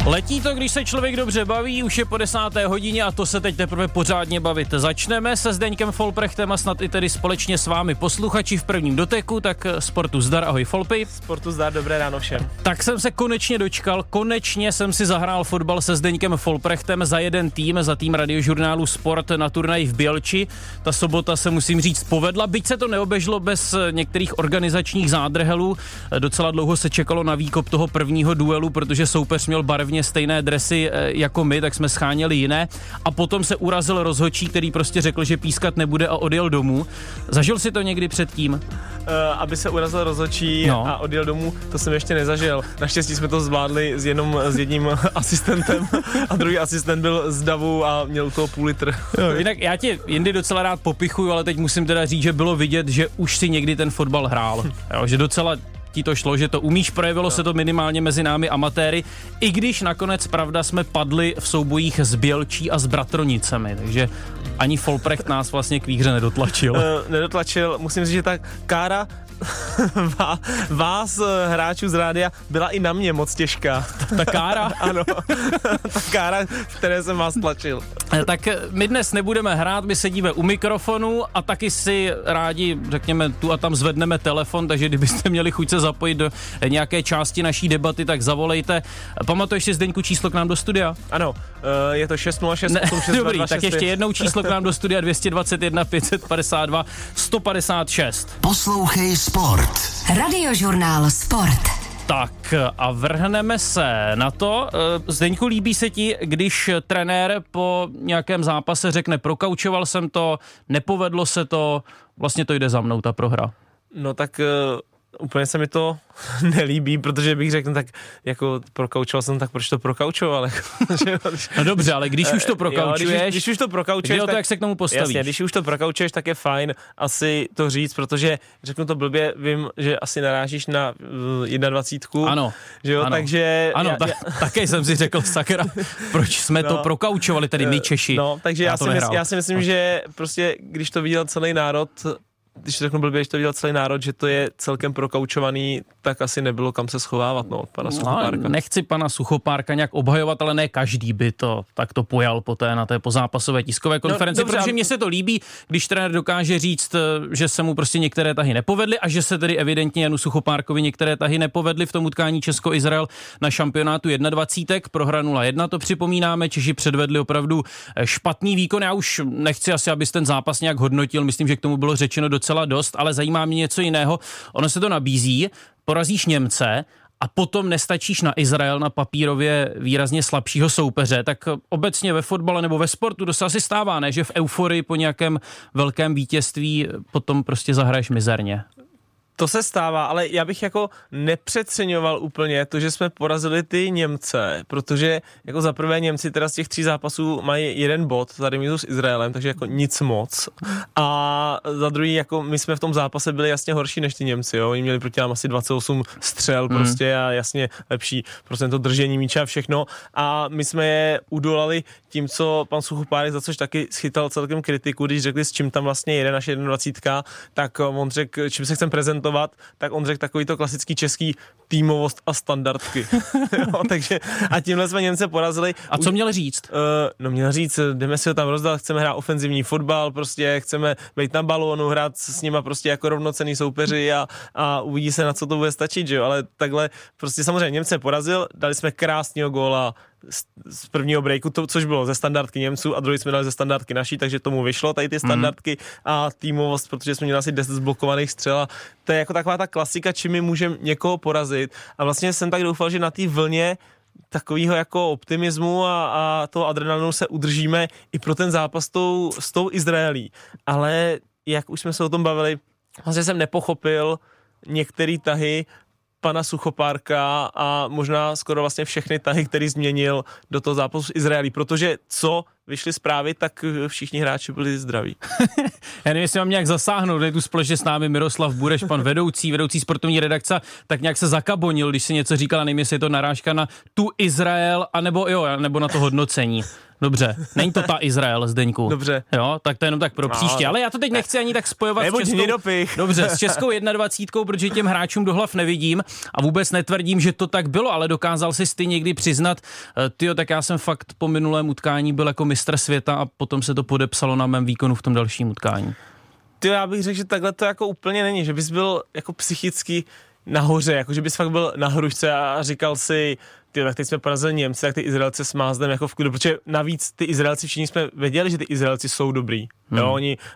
Letí to, když se člověk dobře baví, už je po 10. hodině a to se teď teprve pořádně bavit začneme se Zdeňkem Folprechtem a snad i tedy společně s vámi posluchači v prvním doteku, tak sportu zdar, ahoj Folpy. Sportu zdar, dobré ráno všem. Tak jsem se konečně dočkal, konečně jsem si zahrál fotbal se Zdeňkem Folprechtem za jeden tým, za tým radiožurnálu Sport na turnaji v Bělči. Ta sobota se musím říct povedla, byť se to neobešlo bez některých organizačních zádrhelů. Docela dlouho se čekalo na výkop toho prvního duelu, protože soupeř měl barevně stejné dresy jako my, tak jsme scháněli jiné a potom se urazil rozhodčí, který prostě řekl, že pískat nebude a odjel domů. Zažil si to někdy předtím? Aby se urazil rozhodčí a odjel domů, to jsem ještě nezažil. Naštěstí jsme to zvládli s jedním asistentem a druhý asistent byl z davu a měl u toho půl litr. Jinak já tě jindy docela rád popichuju, ale teď musím teda říct, že bylo vidět, že už si někdy ten fotbal hrál. Jo, že docela ti to šlo, že to umíš, projevilo se to minimálně mezi námi amatéry, i když nakonec, pravda, jsme padli v soubojích s Bělčí a s Bratronicemi, takže ani Folprecht nás vlastně k výhře nedotlačil. Nedotlačil, musím říct, že ta kára vás, hráčů z rádia, byla i na mě moc těžká. Ta kára? Ano, ta kára, v které jsem vás tlačil. Tak my dnes nebudeme hrát, my sedíme u mikrofonu a taky si rádi, řekněme, tu a tam zvedneme telefon, takže kdybyste měli chuť se zapojit do nějaké části naší debaty, tak zavolejte. Pamatuješ si, Zdeňku, číslo k nám do studia? Ano, je to 606 Dobrý, tak ještě jednou číslo k nám do studia 221 552 156. Poslouchej Sport. Radiožurnál Sport. Tak a vrhneme se na to. Zdeňku, líbí se ti, když trenér po nějakém zápase řekne, prokaučoval jsem to, nepovedlo se to, vlastně to jde za mnou, ta prohra? No tak úplně se mi to nelíbí, protože bych řekl, tak jako prokaučoval jsem, tak proč to prokaučoval? No dobře, ale když už to prokaučuješ, když už to prokaučuješ, tak, jak se k tomu postavíš? Jasně, když už to prokaučuješ, tak je fajn asi to říct, protože řeknu to blbě, vím, že asi narážíš na 21. Ano. Že jo, ano. takže... Ano, také jsem si řekl, sakra, proč jsme to prokaučovali, tedy my Češi. No, takže já si myslím, že prostě, když to viděl celý národ, když to řeknu blbě, když to viděl celý národ, že to je celkem prokaučovaný, tak asi nebylo kam se schovávat, od pana Suchopárka. Nechci pana Suchopárka nějak obhajovat, ale ne každý by to takto pojal poté na té pozápasové tiskové konferenci, protože mně se to líbí, když trenér dokáže říct, že se mu prostě některé tahy nepovedly a že se tedy evidentně Janu Suchopárkovi některé tahy nepovedly v tom utkání Česko-Izrael na šampionátu 21. Prohra 0-1, to připomínáme, Češi předvedli opravdu špatný výkon. Já už nechci asi, abys ten zápas nějak hodnotil, myslím, že k tomu bylo řečeno docela dost, ale zajímá mě něco jiného. Ono se to nabízí, porazíš Němce a potom nestačíš na Izrael, na papírově výrazně slabšího soupeře, tak obecně ve fotbale nebo ve sportu to se asi stává, ne? Že v euforii po nějakém velkém vítězství potom prostě zahraješ mizerně. To se stává, ale já bych jako nepřeceňoval úplně to, že jsme porazili ty Němce, protože jako za prvé Němci teda z těch 3 zápasů mají 1 bod, za remizu s Izraelem, takže jako nic moc. A za druhý, jako my jsme v tom zápase byli jasně horší než ty Němci, jo. Oni měli proti nám asi 28 střel prostě a jasně lepší procento držení míče a všechno. A my jsme je udolali tím, co pan Suchopárek, za což taky schytal celkem kritiku, když řekli, s čím tam vlastně jede naše 21, tak on řekl, čím se chcem prezentovat, tak on řekl takový to klasický český týmovost a standardky. Jo, takže a tímhle jsme Němce porazili. A co měl říct? No měl říct, jdeme si ho tam rozdat, chceme hrát ofenzivní fotbal, prostě chceme být na balónu, hrát s nima prostě jako rovnocenný soupeři a uvidí se, na co to bude stačit, že jo, ale takhle prostě samozřejmě Němce porazil, dali jsme krásného góla z prvního breaku, což bylo ze standardky Němců a druhý jsme dali ze standardky naší, takže tomu vyšlo tady ty standardky a týmovost, protože jsme měli asi 10 zblokovaných střel a to je jako taková ta klasika, čím my můžeme někoho porazit a vlastně jsem tak doufal, že na té vlně takového jako optimismu a toho adrenalinu se udržíme i pro ten zápas s tou Izraelí, ale jak už jsme se o tom bavili, vlastně jsem nepochopil některé tahy pana Suchopárka a možná skoro vlastně všechny tahy, který změnil do toho zápasu s Izraelí, protože co vyšly zprávy, tak všichni hráči byli zdraví. Já nevím, jestli mám nějak zasáhnout, je tu společně s námi Miroslav Bureš, pan vedoucí sportovní redakce, tak nějak se zakabonil, když si něco říkala, nevím, jestli je to narážka na tu Izrael, nebo na to hodnocení. Dobře, není to ta Izrael, Zdeňku. Dobře. Jo, tak to je jenom tak pro příště, ale já to teď nechci ani tak spojovat s českou 21, protože těm hráčům do hlav nevidím a vůbec netvrdím, že to tak bylo, ale dokázal si ty někdy přiznat, tak já jsem fakt po minulém utkání byl jako mistr světa a potom se to podepsalo na mém výkonu v tom dalším utkání. Já bych řekl, že takhle to jako úplně není, že bys byl jako psychicky nahoře, jako že bys fakt byl na hrušce a říkal si, tak teď jsme porazili Němci, tak ty Izraelci s Mázdem jako v klidu, protože navíc ty Izraelci, všichni jsme věděli, že ty Izraelci jsou dobrý. Jo,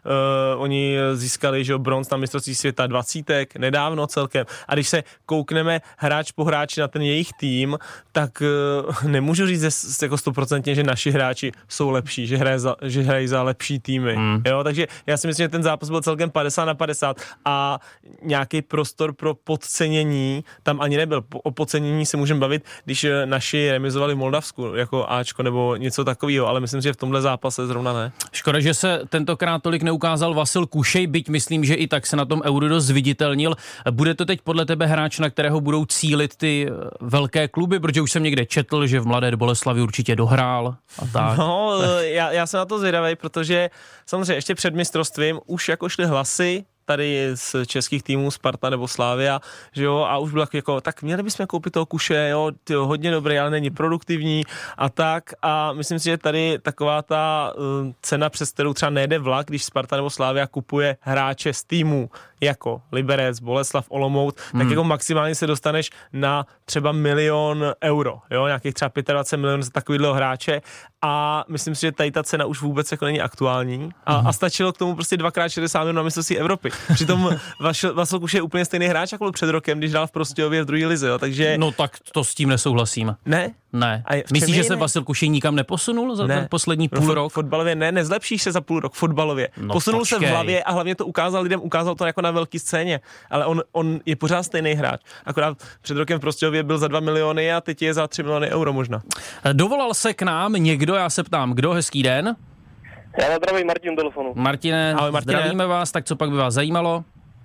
oni získali, že bronz na mistrovství světa 20 nedávno celkem. A když se koukneme hráč po hráči na ten jejich tým, tak nemůžu říct jako 100%, že naši hráči jsou lepší, že hrají za lepší týmy. Jo, takže já si myslím, že ten zápas byl celkem 50-50 a nějaký prostor pro podcenění tam ani nebyl. O podcenění se můžeme bavit, když naši remizovali v Moldavsku jako Ačko nebo něco takového, ale myslím si, že v tomhle zápase zrovna ne. Škoda, že se tentokrát tolik neukázal Vasil Kušej, byť myslím, že i tak se na tom Euro dost zviditelnil. Bude to teď podle tebe hráč, na kterého budou cílit ty velké kluby, protože už jsem někde četl, že v Mladé Boleslavi určitě dohrál a tak. No, já jsem na to zvědavej, protože samozřejmě ještě před mistrovstvím už jako šly hlasy tady z českých týmů Sparta nebo Slavia, že jo, a už bylo jako, tak měli bychom koupit toho Kuše, jo, hodně dobrý, ale není produktivní a tak a myslím si, že tady taková ta cena, přes kterou třeba nejde vlak, když Sparta nebo Slavia kupuje hráče z týmu jako Liberec, Boleslav, Olomouc, tak jako maximálně se dostaneš na třeba 1 000 000 euro, jo, nějakých třeba 25 milionů za takovýhle hráče a myslím si, že tady ta cena už vůbec jako není aktuální a stačilo k tomu prostě 2x 60 milionů na mistrovství Evropy. Přitom Vasil Kuš je úplně stejný hráč, jako byl před rokem, když hrál v Prostějově v druhé lize, jo, takže... No tak to s tím nesouhlasím. Ne? Ne. Myslíš, že se Vasil Kušej nikam neposunul za ten poslední půl rok? Fotbalově nezlepšíš se za půl rok, fotbalově. No, posunul se v hlavě a hlavně to ukázal lidem, ukázal to jako na velký scéně, ale on je pořád stejný hráč. Akorát před rokem v Prostějově byl za 2 miliony a teď je za 3 miliony euro možná. Dovolal se k nám někdo, já se ptám, kdo, hezký den? Já vás zdravím, Martin telefonu. Martine, zdravíme vás, tak co pak by vás zajímalo?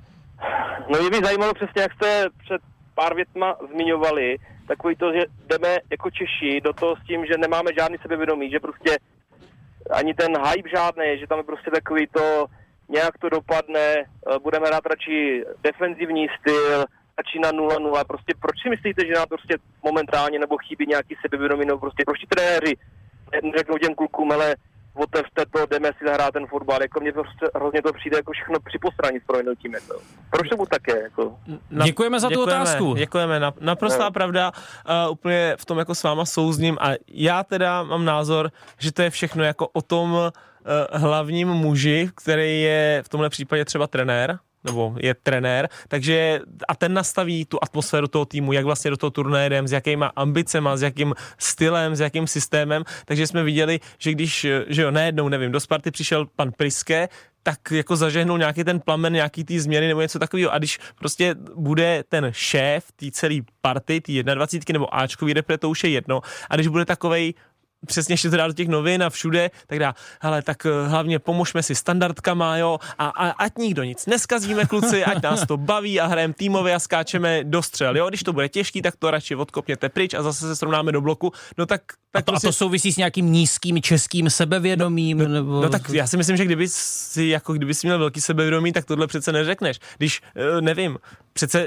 No mě by zajímalo přesně, jak jste před pár větma zmiňovali, takový to, že jdeme jako Češi do toho s tím, že nemáme žádný sebevědomí, že prostě ani ten hype žádný, že tam je prostě takový to, nějak to dopadne, budeme hrát radši defenzivní styl, radši na 0-0, prostě proč si myslíte, že nám prostě momentálně nebo chybí nějaký sebevědomí, nebo prostě proč ti trenéři neřeknou těm klukům, ale otevřte to, jdeme si zahrát ten fotbal, jako mě prostě hrozně to přijde jako všechno při postraní s proměnutím, jako. Proč to bude také, jako? Děkujeme za tu otázku. Děkujeme, naprostá pravda, úplně v tom jako s váma souzním a já teda mám názor, že to je všechno jako o tom hlavním muži, který je v tomhle případě třeba trenér, nebo je trenér, takže a ten nastaví tu atmosféru toho týmu, jak vlastně do toho turnaje jdem, s jakýma ambicema, s jakým stylem, s jakým systémem, takže jsme viděli, že když, že jo, najednou, nevím, do Sparty přišel pan Priske, tak jako zažehnul nějaký ten plamen, nějaký ty změny nebo něco takového. A když prostě bude ten šéf té celé party, té 21 nebo Ačkový repre, to už je jedno. A když bude takovej přesně ještě to dá do těch novin a všude, tak dá, hele, tak hlavně pomožme si standardkama, jo, a ať nikdo nic neskazíme, kluci, ať nás to baví a hrajeme týmově a skáčeme do střel, jo, když to bude těžký, tak to radši odkopněte pryč a zase se srovnáme do bloku, no tak a to souvisí s nějakým nízkým českým sebevědomím? No tak já si myslím, že kdyby si měl velký sebevědomí, tak tohle přece neřekneš. Když, nevím, přece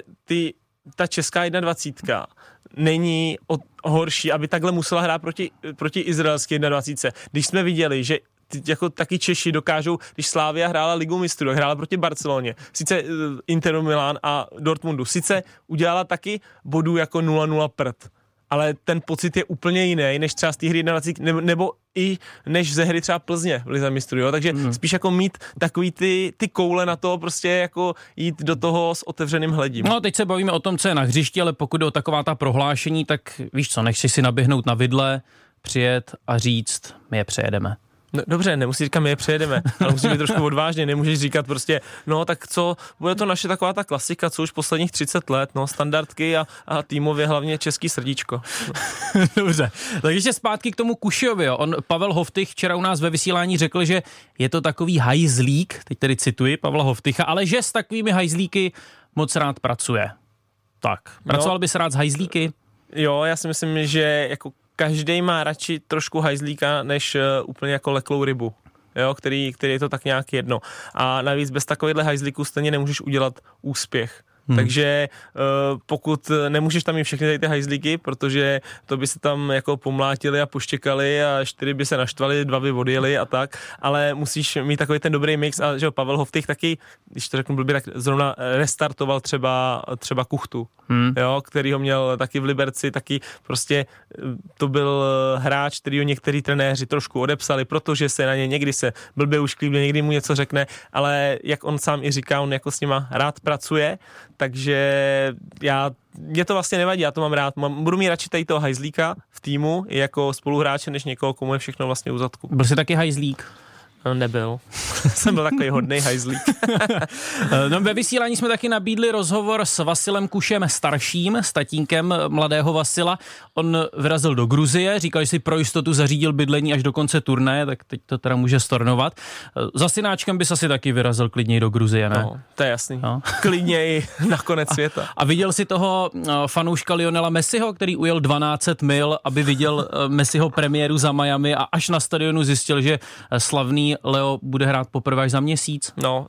ta česká 21 není horší, aby takhle musela hrát proti izraelské 21. Když jsme viděli, že jako taky Češi dokážou, když Slavia hrála Ligu mistrů, hrála proti Barceloně, sice Interu Milán a Dortmundu, sice udělala taky bodů jako 0-0 prd, ale ten pocit je úplně jiný, než třeba z té hry 21, nebo i než ze hry třeba Plzně v Lize mistrů, jo? Takže spíš jako mít takový ty koule na to, prostě jako jít do toho s otevřeným hledím. No teď se bavíme o tom, co je na hřišti, ale pokud jde o taková ta prohlášení, tak víš co, nechci si naběhnout na vidle, přijet a říct, my je přejedeme. No, dobře, nemusíš říkat, my je přejedeme, ale musí být trošku odvážně, nemůžeš říkat prostě, no tak co, bude to naše taková ta klasika, co už posledních 30 let, no standardky a týmově hlavně český srdíčko. No. Dobře, tak ještě zpátky k tomu Kušiovi, jo. Pavel Hoftych včera u nás ve vysílání řekl, že je to takový hajzlík, teď tedy cituji Pavla Hoftycha, ale že s takovými hajzlíky moc rád pracuje. Tak, pracoval bys rád s hajzlíky? Jo, já si myslím, že jako každej má radši trošku hajzlíka, než úplně jako leklou rybu, jo, který je to tak nějak jedno. A navíc bez takovýchhle hajzlíků stejně nemůžeš udělat úspěch. Takže pokud nemůžeš tam mít všechny tady ty hajzlíky, protože to by se tam jako pomlátili a poštěkali a 4 by se naštvali, 2 by odjeli a tak, ale musíš mít takový ten dobrý mix a že Pavel Hoftych taky, když to řeknu blbě, tak zrovna restartoval třeba Kuchtu, jo, který ho měl taky v Liberci, taky prostě to byl hráč, který ho některý trenéři trošku odepsali, protože se na ně někdy se blbě ušklíbne, někdy mu něco řekne, ale jak on sám i říká, on jako s nima rád pracuje, takže mě to vlastně nevadí, já to mám rád. Budu mít radši tady toho hajzlíka v týmu i jako spoluhráče, než někoho, komu je všechno vlastně u zadku. Byl jsi taky hajzlík? No, nebyl. Jsem byl takový hodnej hajzlík. No, ve vysílání jsme taky nabídli rozhovor s Vasilem Kušem starším, s tatínkem mladého Vasila. On vyrazil do Gruzie, říkal, že si pro jistotu zařídil bydlení až do konce turnaje, tak teď to teda může stornovat. Za synáčkem bys asi taky vyrazil klidněji do Gruzie, ne? No, to je jasný. No. Klidněji na konec světa. A viděl jsi toho fanouška Lionela Messiho, který ujel 1200 mil, aby viděl Messiho premiéru za Miami a až na stadionu zjistil, že slavný Leo bude hrát poprvé až za měsíc? No,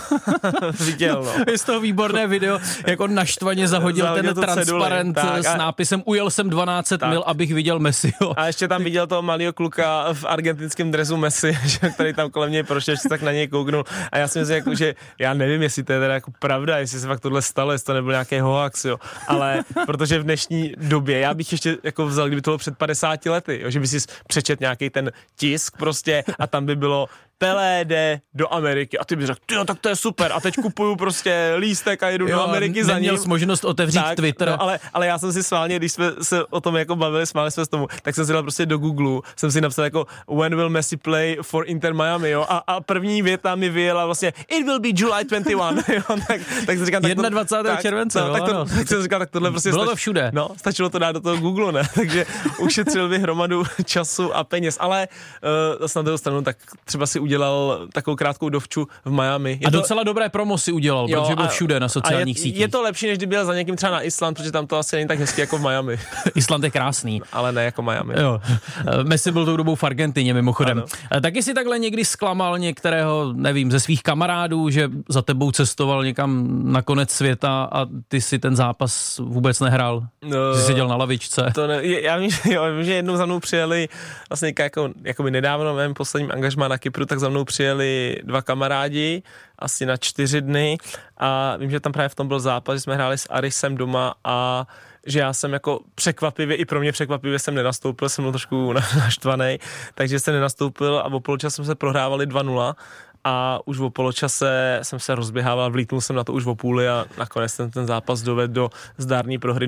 viděl, no. Je z toho výborné video, jak on naštvaně zahodil ten transparent s nápisem ujel jsem 1200 mil, abych viděl Messiho. A ještě tam viděl toho malého kluka v argentinském dresu Messi, který tam kolem něj prošel, tak na něj kouknul. A já si myslím, jako, že já nevím, jestli to je teda jako pravda, jestli se fakt tohle stalo, jestli to nebyl nějaký hoax, jo. Ale protože v dnešní době, já bych ještě jako vzal, kdyby to bylo před 50 lety, jo, že by si přečet nějaký ten tisk prostě a tam by bylo Pelé jde do Ameriky a ty bys řekl, tyjo, tak to je super a teď kupuju prostě lístek a jedu do Ameriky za ním. Neměl jsi možnost otevřít tak, Twitter. No, ale já jsem si sválně, když jsme se o tom jako bavili, smáli jsme s tomu, tak jsem si dal prostě do Google, jsem si napsal jako when will Messi play for Inter Miami, jo, a první věta mi vyjela vlastně it will be July 21, jo, tak si říkám, tak 21. července, no, tak jsem říkal, tak tohle prostě bylo to všude. No, stačilo to dát do toho Google, ne, takže ušetřil by hromadu času a peněz, ale na druhou stranu, tak třeba si udělal takovou krátkou dovču v Miami. A docela dobré promo si udělal, jo, protože byl všude na sociálních sítích. Je to lepší, než kdyby byl za někým třeba na Island, protože tam to asi není tak hezky jako v Miami. Island je krásný. Ale ne jako Miami. Jo. Messi byl tou dobou v Argentině mimochodem. Ano. Taky si takhle někdy zklamal některého, nevím, ze svých kamarádů, že za tebou cestoval někam na konec světa a ty si ten zápas vůbec nehrál? Jsi seděl na lavičce? To ne, já vím, že jednou za mnou přijeli vlastně jako by nedávno v mém posledním angažmá na Kypru, tak za mnou přijeli 2 kamarádi asi na 4 dny a vím, že tam právě v tom byl zápas, že jsme hráli s Arisem doma a že já jsem jako překvapivě, i pro mě překvapivě jsem nenastoupil, jsem byl trošku naštvanej, takže jsem nenastoupil a o poločase jsme se prohrávali 2-0 a už o poločase jsem se rozběhával, vlítnul jsem na to už o půli a nakonec jsem ten zápas dovedl do zdárné prohry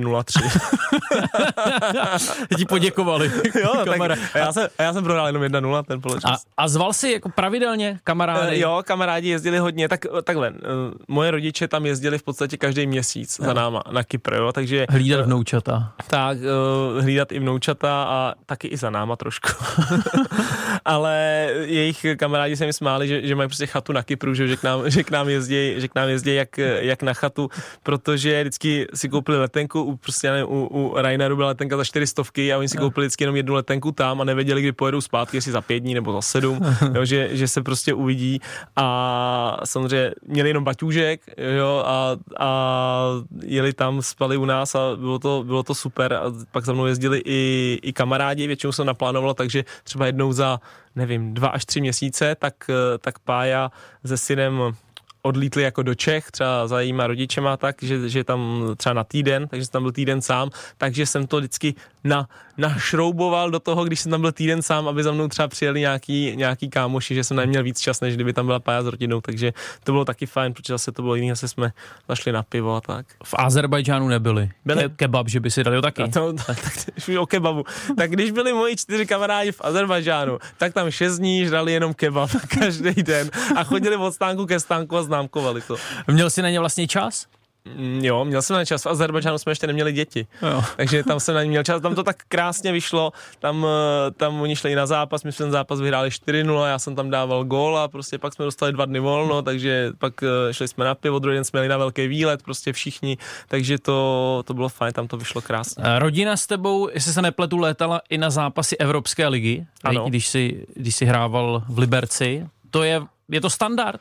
0-3. Ti poděkovali. Jo, tak já jsem prohrál jenom 1-0 ten poločas. A zval si jako pravidelně kamarády? Jo, kamarádi jezdili hodně, takhle, moje rodiče tam jezdili v podstatě každý měsíc za náma na Kypr, jo, takže... Hlídat vnoučata. Tak, hlídat i vnoučata a taky i za náma trošku. Ale jejich kamarádi se mi smáli, že mají prostě chatu na Kypru, že k nám jezdí jak na chatu, protože vždycky si koupili letenku, prostě nevím, u Ryanairu byla letenka za 400 a oni si koupili vždycky jenom jednu letenku tam a nevěděli, kdy pojedou zpátky, jestli za 5 dní nebo za 7, jo, že se prostě uvidí a samozřejmě měli jenom baťůžek, jo, a jeli tam, spali u nás a bylo to super a pak za mnou jezdili i kamarádi, většinou jsem naplánoval, takže třeba jednou za nevím, 2 až 3 měsíce, tak Pája se synem odlítli jako do Čech, třeba za jejíma rodičema tak, že tam třeba na týden, takže jsem tam byl týden sám, takže jsem to vždycky našrouboval do toho, když jsem tam byl týden sám, aby za mnou třeba přijeli nějaký kámoši, že jsem neměl víc čas, než kdyby tam byla Pája s rodinou, takže to bylo taky fajn, protože zase to bylo jiný, zase jsme zašli na pivo a tak. V Azerbajdžánu nebyli. Kebab, že by si dali taky. Tak o kebabu. Tak když byli moji 4 kamarádi v Azerbajdžánu, tak tam 6 dní žrali jenom kebab každý den a chodili od stánku ke stánku a známkovali to. Měl jsi na ně vlastně čas? Jo, měl jsem na čas. V Azerbajdžánu jsme ještě neměli děti. Jo. Takže tam jsem na ně měl čas. Tam to tak krásně vyšlo. Tam oni šli na zápas, my jsme ten zápas vyhráli 4-0, já jsem tam dával gól a prostě pak jsme dostali 2 dny volno, takže pak šli jsme na pivo, druhý den jsme jeli na velký výlet, prostě všichni, takže to bylo fajn, tam to vyšlo krásně. Rodina s tebou, jestli se nepletu, létala i na zápasy Evropské ligy, když jsi hrával v Liberci. Je to standard?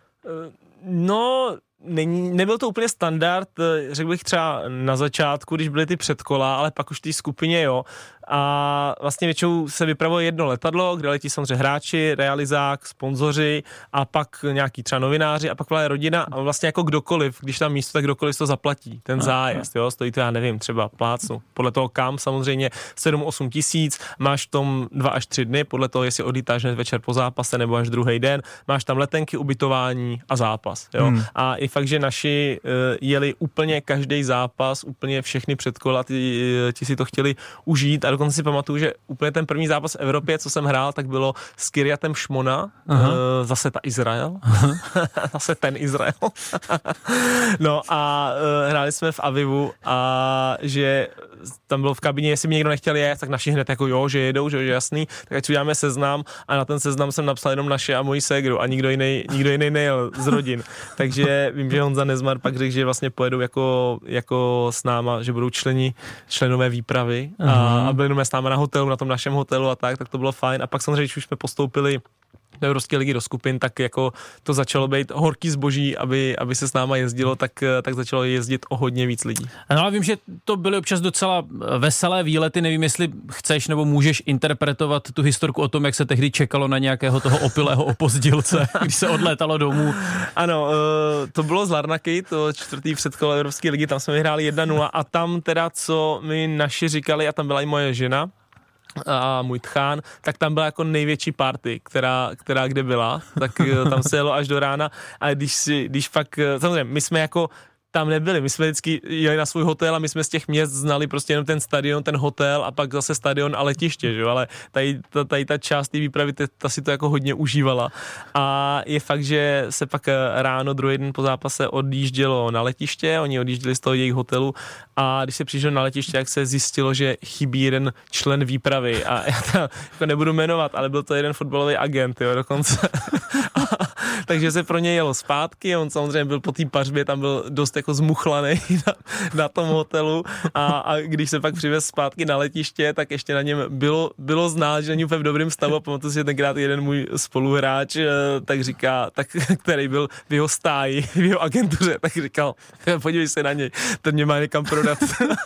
No, nebyl to úplně standard, řekl bych třeba na začátku, když byly ty předkola, ale pak už v té skupině jo. A vlastně většinou se vypravuje jedno letadlo, kde letí samozřejmě hráči, realizák, sponzoři a pak nějaký třeba novináři a pak byla rodina a vlastně jako kdokoliv, když tam místo, tak kdokoliv to zaplatí, ten zájezd, jo, stojí to, já nevím, třeba plácnu, podle toho kam samozřejmě 7-8 tisíc, máš v tom 2 až 3 dny, podle toho, jestli odlítáš hned večer po zápase nebo až druhý den, máš tam letenky, ubytování a zápas, jo. A i fakt, že naši jeli úplně každý zápas, úplně všechny předkola, ti si to chtěli užít a dokonce si pamatuju, že úplně ten první zápas v Evropě, co jsem hrál, tak bylo s Kirjatem Šmona, zase ta Izrael, zase ten Izrael. No a hráli jsme v Avivu a že tam bylo v kabině, jestli mě někdo nechtěl jet, tak naši hned jako jo, že jedou, že jasný, tak ať si uděláme seznam a na ten seznam jsem napsal jenom naše a moji ségru a nikdo jiný nejel z rodin. Takže vím, že Honza Nezmar pak řekl, že vlastně pojedou jako s náma, že budou členové výpravy a byli jenom s náma na hotelu, na tom našem hotelu a tak to bylo fajn. A pak samozřejmě, když už jsme postoupili do Evropské ligy do skupin, tak jako to začalo být horký zboží, aby se s náma jezdilo, tak začalo jezdit o hodně víc lidí. No ale vím, že to byly občas docela veselé výlety, nevím, jestli chceš nebo můžeš interpretovat tu historku o tom, jak se tehdy čekalo na nějakého toho opilého opozdělce, když se odlétalo domů. Ano, to bylo z Larnaky, to 4. předkolo Evropské ligy, tam jsme vyhráli 1-0 a tam teda, co mi naši říkali, a tam byla i moje žena, a můj tchán, tak tam byla jako největší party, která kde byla, tak tam se jelo až do rána a když fakt, samozřejmě, my jsme jako tam nebyli, my jsme vždycky jeli na svůj hotel a my jsme z těch měst znali prostě jenom ten stadion, ten hotel a pak zase stadion a letiště, že jo, ale tady ta část té výpravy, ta si to jako hodně užívala a je fakt, že se pak ráno druhý den po zápase odjíždělo na letiště, oni odjížděli z toho jejich hotelu a když se přišlo na letiště, tak se zjistilo, že chybí jeden člen výpravy a já to jako nebudu jmenovat, ale byl to jeden fotbalový agent, jo, dokonce. Takže se pro něj jelo zpátky, on samozřejmě byl po té pařbě, tam byl dost jako zmuchlaný na tom hotelu a když se pak přivez zpátky na letiště, tak ještě na něm bylo znát, že není úplně v dobrém stavu a pamatuju si, že tenkrát jeden můj spoluhráč který byl v jeho stáji, v jeho agentuře, tak říkal, podívej se na něj, ten mě má někam prodat.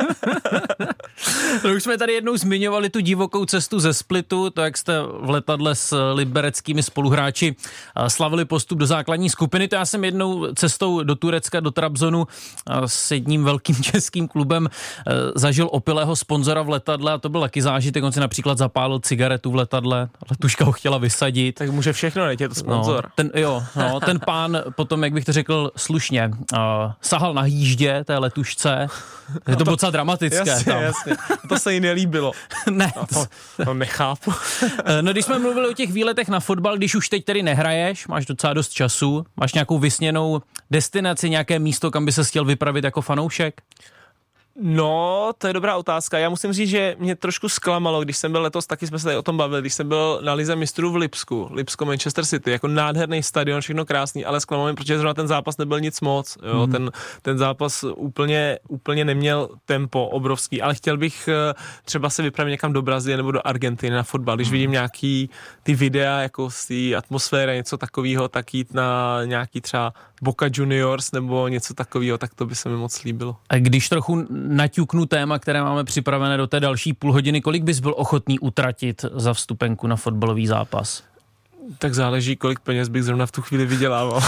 No už jsme tady jednou zmiňovali tu divokou cestu ze Splitu, to jak jste v letadle s libereckými spoluhráči slavili postup do základní skupiny, to já jsem jednou cestou do Turecka, do Trabzonu s jedním velkým českým klubem zažil opilého sponzora v letadle a to byl taky zážitek, on si například zapálil cigaretu v letadle, letuška ho chtěla vysadit. Tak může všechno, ne? Je to sponzor. Ten pán potom, jak bych to řekl slušně, sahal na hýždě té letušce, to bylo docela dramatické. Jasně. To se jí nelíbilo. Ne. To nechápu. No když jsme mluvili o těch výletech na fotbal, když už teď tedy nehraješ, máš docela dost času, máš nějakou vysněnou destinaci, nějaké místo, kam by se chtěl vypravit jako fanoušek? No, to je dobrá otázka. Já musím říct, že mě trošku zklamalo, když jsem byl letos, taky jsme se tady o tom bavili, když jsem byl na lize mistrů v Lipsko Manchester City, jako nádherný stadion, všechno krásný, ale zklamalo mě, protože zrovna ten zápas nebyl nic moc, jo, ten zápas úplně neměl tempo obrovský, ale chtěl bych třeba se vypravit někam do Brazílie nebo do Argentiny na fotbal, když vidím nějaký ty videa, jako z té atmosféry, něco takového, tak jít na nějaký třeba Boca Juniors nebo něco takového, tak to by se mi moc líbilo. A když trochu naťuknu téma, které máme připravené do té další půl hodiny, kolik bys byl ochotný utratit za vstupenku na fotbalový zápas? Tak záleží, kolik peněz bych zrovna v tu chvíli vydělával.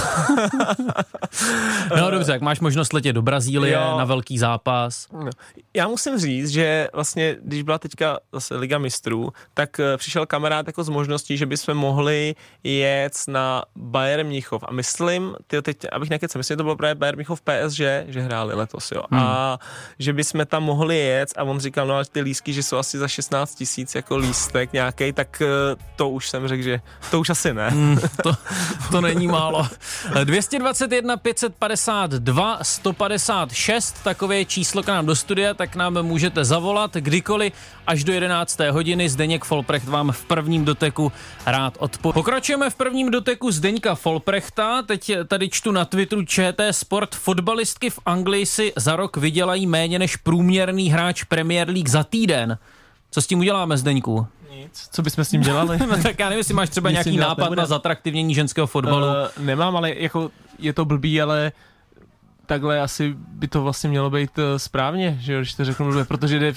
No dobře, jak máš možnost letět do Brazílie na velký zápas. No. Já musím říct, že vlastně, když byla teďka zase Liga mistrů, tak přišel kamarád jako z možností, že bychom mohli jet na Bayern Mnichov. A myslím, teď, abych nekecal, myslím, že to bylo právě Bayern Mnichov PSG, že hráli letos, jo. A že bychom tam mohli jet a on říkal, no ale ty lístky, že jsou asi za 16 000 jako lístek nějaký, tak to už jsem řekl, že to už asi ne. To není málo. 221 552 156, takové je číslo k nám do studia, tak nám můžete zavolat kdykoliv až do 11. hodiny. Zdeněk Folprecht vám v prvním doteku rád odpoví. Pokračujeme v prvním doteku Zdeňka Folprechta. Teď tady čtu na Twitteru ČT Sport. Fotbalistky v Anglii si za rok vydělají méně než průměrný hráč Premier League za týden. Co s tím uděláme, Zdeňku? Nic. Co bychom s tím dělali? No, tak já nevím, jestli máš třeba nějaký nápad na zatraktivnění ženského fotbalu. Nemám, ale jako je to blbý, ale takhle asi by to vlastně mělo být správně, že jo, když to řeknu blbě, protože jde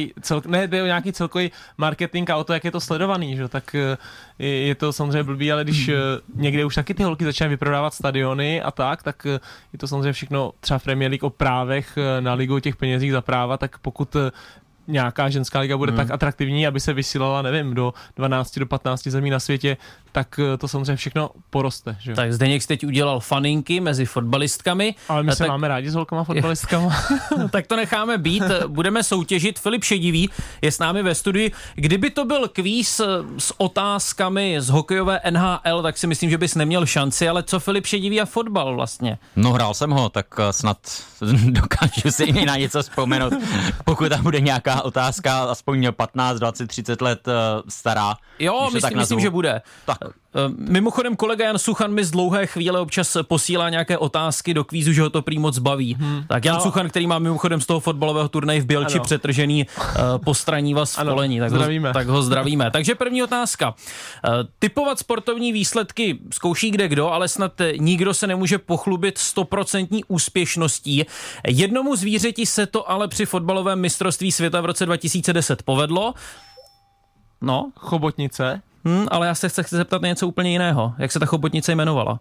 o nějaký celkový marketing a o to, jak je to sledovaný, že jo, tak je to samozřejmě blbý, ale když někde už taky ty holky začínají vyprodávat stadiony a tak je to samozřejmě všechno třeba v Premier League o právech na ligu, o těch penězích za práva, tak pokud nějaká ženská liga bude tak atraktivní, aby se vysílala, nevím, do 12, do 15 zemí na světě, tak to samozřejmě všechno poroste. Že? Tak Zdeněk si teď udělal faninky mezi fotbalistkami. Ale my se máme rádi s holkama fotbalistkama. Tak to necháme být, budeme soutěžit. Filip Šedivý je s námi ve studiu. Kdyby to byl kvíz s otázkami z hokejové NHL, tak si myslím, že bys neměl šanci, ale co Filip Šedivý a fotbal vlastně? No hrál jsem ho, tak snad dokážu si i na něco vzpomenout, pokud tam bude nějaká otázka, aspoň 15, 20, 30 let stará. Jo, myslím, že bude. Tak. Mimochodem kolega Jan Suchan mi z dlouhé chvíle občas posílá nějaké otázky do kvízu, že ho to prý moc baví. Tak Jan Suchan, který má mimochodem z toho fotbalového turnaje v Bělči přetržený postraní vás v Polení, tak ho zdravíme. Takže první otázka. Tipovat sportovní výsledky zkouší kde kdo, ale snad nikdo se nemůže pochlubit 100% úspěšností. Jednomu zvířeti se to ale při fotbalovém mistrovství světa v roce 2010 povedlo. No, chobotnice. Ale já se chci zeptat na něco úplně jiného. Jak se ta chobotnice jmenovala?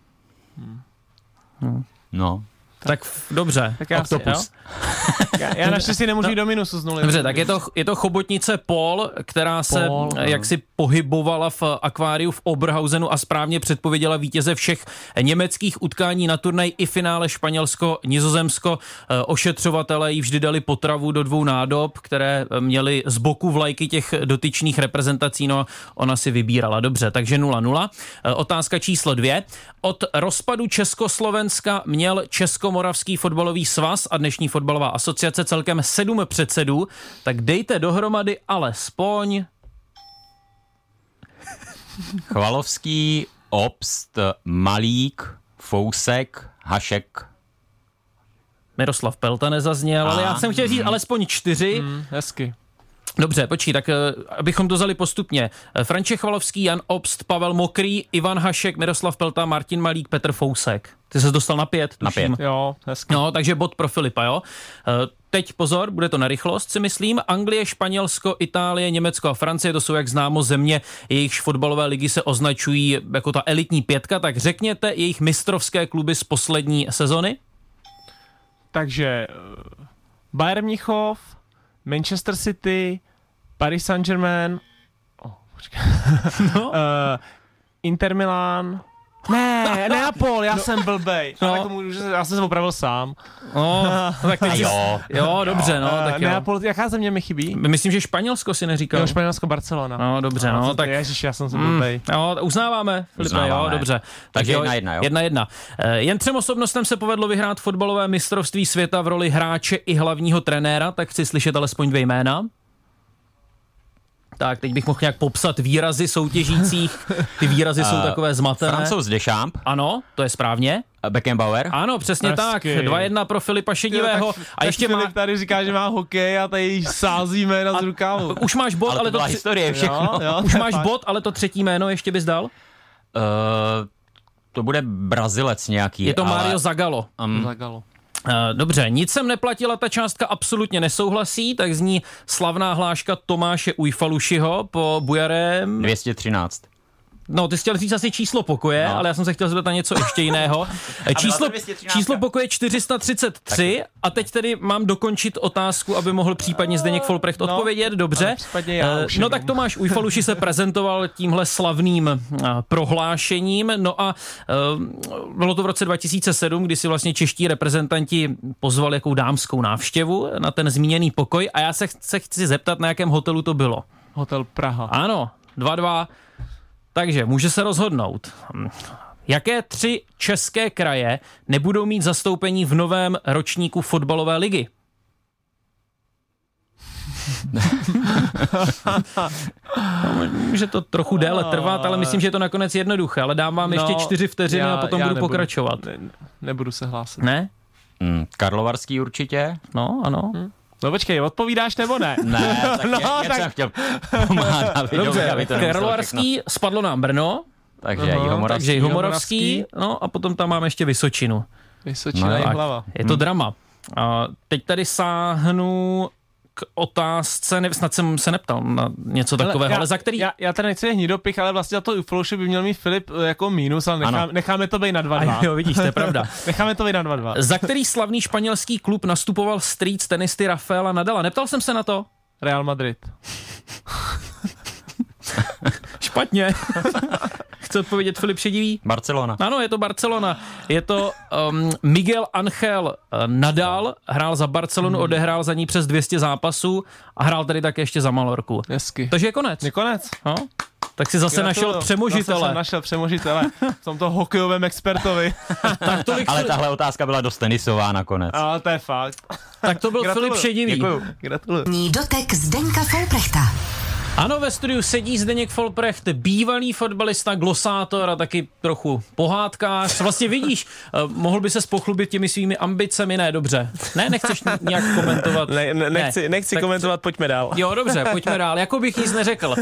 No. Tak dobře. Tak Octopus. Já naštěstí nemůžu jít do minusu z nuly. Dobře, tak je to chobotnice Paul, která se jaksi pohybovala v akváriu v Oberhausenu a správně předpověděla vítěze všech německých utkání na turnaj i finále Španělsko-Nizozemsko. Ošetřovatelé jí vždy dali potravu do 2 nádob, které měly z boku vlajky těch dotyčných reprezentací, no ona si vybírala. Dobře, takže 0-0. Otázka číslo 2. Od rozpadu Československa měl Českomoravský fotbalový svaz a dnešní fotbalová asociace celkem 7 předsedů, tak dejte dohromady alespoň... Chvalovský, Obst, Malík, Fousek, Hašek. Miroslav Pelta nezazněl, ale já jsem chtěl říct alespoň 4. Hezky. Dobře, počkej, tak abychom to vzali postupně. František Chvalovský, Jan Obst, Pavel Mokrý, Ivan Hašek, Miroslav Pelta, Martin Malík, Petr Fousek. Ty ses dostal na 5, tuším. Na 5. Jo, hezky. No, takže bod pro Filipa, jo. Teď pozor, bude to na rychlost, si myslím. Anglie, Španělsko, Itálie, Německo a Francie, to jsou, jak známo, země, jejichž fotbalové ligy se označují jako ta elitní 5, tak řekněte jejich mistrovské kluby z poslední sezony. Takže Bayern Mnichov, Manchester City, Paris Saint-Germain, Inter Milan, ne, Neapol, já jsem blbej. Já jsem se opravil sám. Tak teď jo, dobře, tak jo. Neapol, jaká země mi chybí? Myslím, že Španělsko si neříkal. Jo, Španělsko, Barcelona. No, dobře, tak... Ježiš, já jsem se blbej. Jo, uznáváme, Filipe, jo, dobře. Takže 1-1, jo. 1-1. Jen 3 osobnostem se povedlo vyhrát fotbalové mistrovství světa v roli hráče i hlavního trenéra, tak chci slyšet alespoň 2 jména. Tak, teď bych mohl nějak popsat výrazy soutěžících. Ty výrazy jsou takové zmatené. Francouz Deschamps. Ano, to je správně. Beckenbauer. Ano, přesně tak. 2-1 pro Filipa Šedivého. A ještě Filip tady říká, že má hokej a tady sází jména z rukávu. Už máš bod, ale to byla historie všechno. Jo, už máš bod, ale to 3. jméno ještě bys dal? To bude Brazilec nějaký. Je to Mario Zagallo. Zagallo. Dobře, nic jsem neplatila, ta částka absolutně nesouhlasí, tak zní slavná hláška Tomáše Ujfalušiho po Bujarém. 213. No, ty jsi chtěl říct asi číslo pokoje, ale já jsem se chtěl zeptat na něco ještě jiného. Číslo pokoje 433 a teď tedy mám dokončit otázku, aby mohl případně Zdeněk Folprecht odpovědět. Dobře. No tak Tomáš Ujfaluši se prezentoval tímhle slavným prohlášením. No a bylo to v roce 2007, kdy si vlastně čeští reprezentanti pozvali jakou dámskou návštěvu na ten zmíněný pokoj a já se chci zeptat, na jakém hotelu to bylo. Hotel Praha. Ano, 2-2. Takže může se rozhodnout. Jaké 3 české kraje nebudou mít zastoupení v novém ročníku fotbalové ligy? Může to trochu déle trvat, ale myslím, že je to nakonec jednoduché, ale dám vám ještě 4 vteřiny a potom budu pokračovat. Nebudu se hlásit. Ne? Karlovarský určitě. No, ano. No počkej, odpovídáš nebo ne? Ne, tak jsem chtěl pomáhat. Dobře, Karlovarský, spadlo nám Brno. Takže Jihomoravský, no a potom tam máme ještě Vysočinu. Vysočina je hlava. Je to drama. A teď tady sáhnu k otázce, snad jsem se neptal na něco takového, ale za který... Já tady nechci hnidopich, ale vlastně za to Uflouši by měl mít Filip jako mínus, ale necháme to být na 2-2. Jo, vidíš, to je pravda. Necháme to být na 2-2. Za který slavný španělský klub nastupoval strýc tenisty Rafaela Nadala? Neptal jsem se na to? Real Madrid. Špatně. Chce odpovědět Filip Šedivý? Barcelona. Ano, je to Barcelona. Je to Miguel Ángel Nadal, hrál za Barcelonu, odehrál za ní přes 200 zápasů a hrál tady také ještě za Malorku. Hezky. Takže je konec. Je konec. No? Tak si zase našel přemožitele. Zase jsem našel přemožitele v tomto hokejovém expertovi. Tak ale tahle otázka byla dost tenisová nakonec. Ale to je fakt. Tak to byl Filip Šedivý. Děkuju. Gratuluju. Dotek Zdeňka Folprechta. Ano, ve studiu sedí Zdeněk Folprecht, bývalý fotbalista, glosátor a taky trochu pohádkář. Vlastně vidíš, mohl by se pochlubit těmi svými ambicemi, ne, dobře. Ne, nechceš nějak komentovat? Nechci komentovat, pojďme dál. Jo, dobře, pojďme dál, jako bych nic neřekl.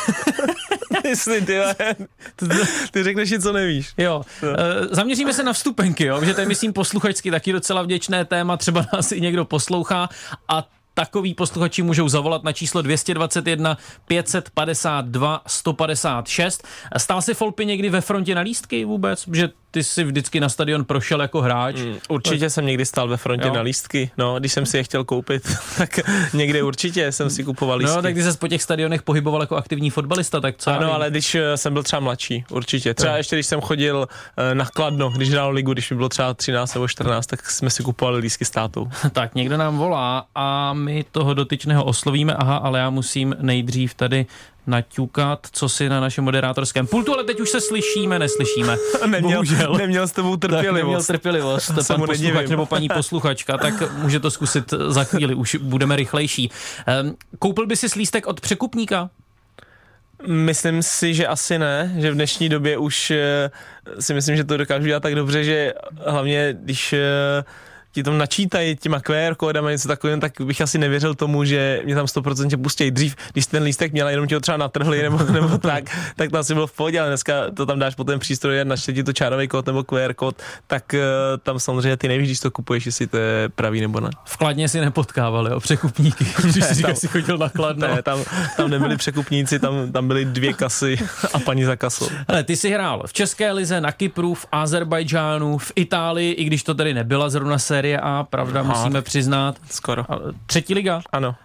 Ty řekneš i co nevíš. Jo, zaměříme se na vstupenky, jo, že to je, myslím, posluchačsky taky docela vděčné téma, třeba nás i někdo poslouchá a takový posluchači můžou zavolat na číslo 221 552 156. Stál si Folpy někdy ve frontě na lístky vůbec? Že ty jsi vždycky na stadion prošel jako hráč? Určitě jsem někdy stál ve frontě na lístky. No, když jsem si je chtěl koupit, tak někde určitě jsem si kupoval lístky. No, tak když ses po těch stadionech pohyboval jako aktivní fotbalista, tak co? Ano, ale když jsem byl třeba mladší, určitě. Třeba ještě když jsem chodil na Kladno, když hrál ligu, když mi bylo třeba 13 nebo 14, tak jsme si kupovali lístky s tátou. Tak někdo nám volá a my toho dotyčného oslovíme, aha, ale já musím nejdřív tady naťukat, co si na našem moderátorském pultu, ale teď už se neslyšíme. Neměl s tebou trpělivost. Tak neměl trpělivost, pan posluchač nebo paní posluchačka, tak může to zkusit za chvíli, už budeme rychlejší. Koupil by si lístek od překupníka? Myslím si, že asi ne, že v dnešní době už si myslím, že to dokážu dělat tak dobře, že hlavně když ti tam načítají těma QR kódama něco takovým, tak bych asi nevěřil tomu, že mě tam 100% pustí. Dřív, když ten lístek měl, jenom ti ho třeba natrhli nebo tak to asi bylo v pohodě, ale dneska to tam dáš po ten přístroj a načte ti to čárový kód nebo QR kód, tak tam samozřejmě ty nevíš, když to kupuješ, jestli to je pravý nebo ne. V Kladně si nepotkávali, jo, překupníky, když si chodil na Kladno. Ne, tam nebyli překupníci, tam byly 2 kasy a paní za kasou. Ale ty jsi hrál v České lize, na Kypru, v Azerbajdžánu, v Itálii, i když to tady nebyla zrovna série A, pravda, musíme přiznat. Skoro. 3. liga? Ano.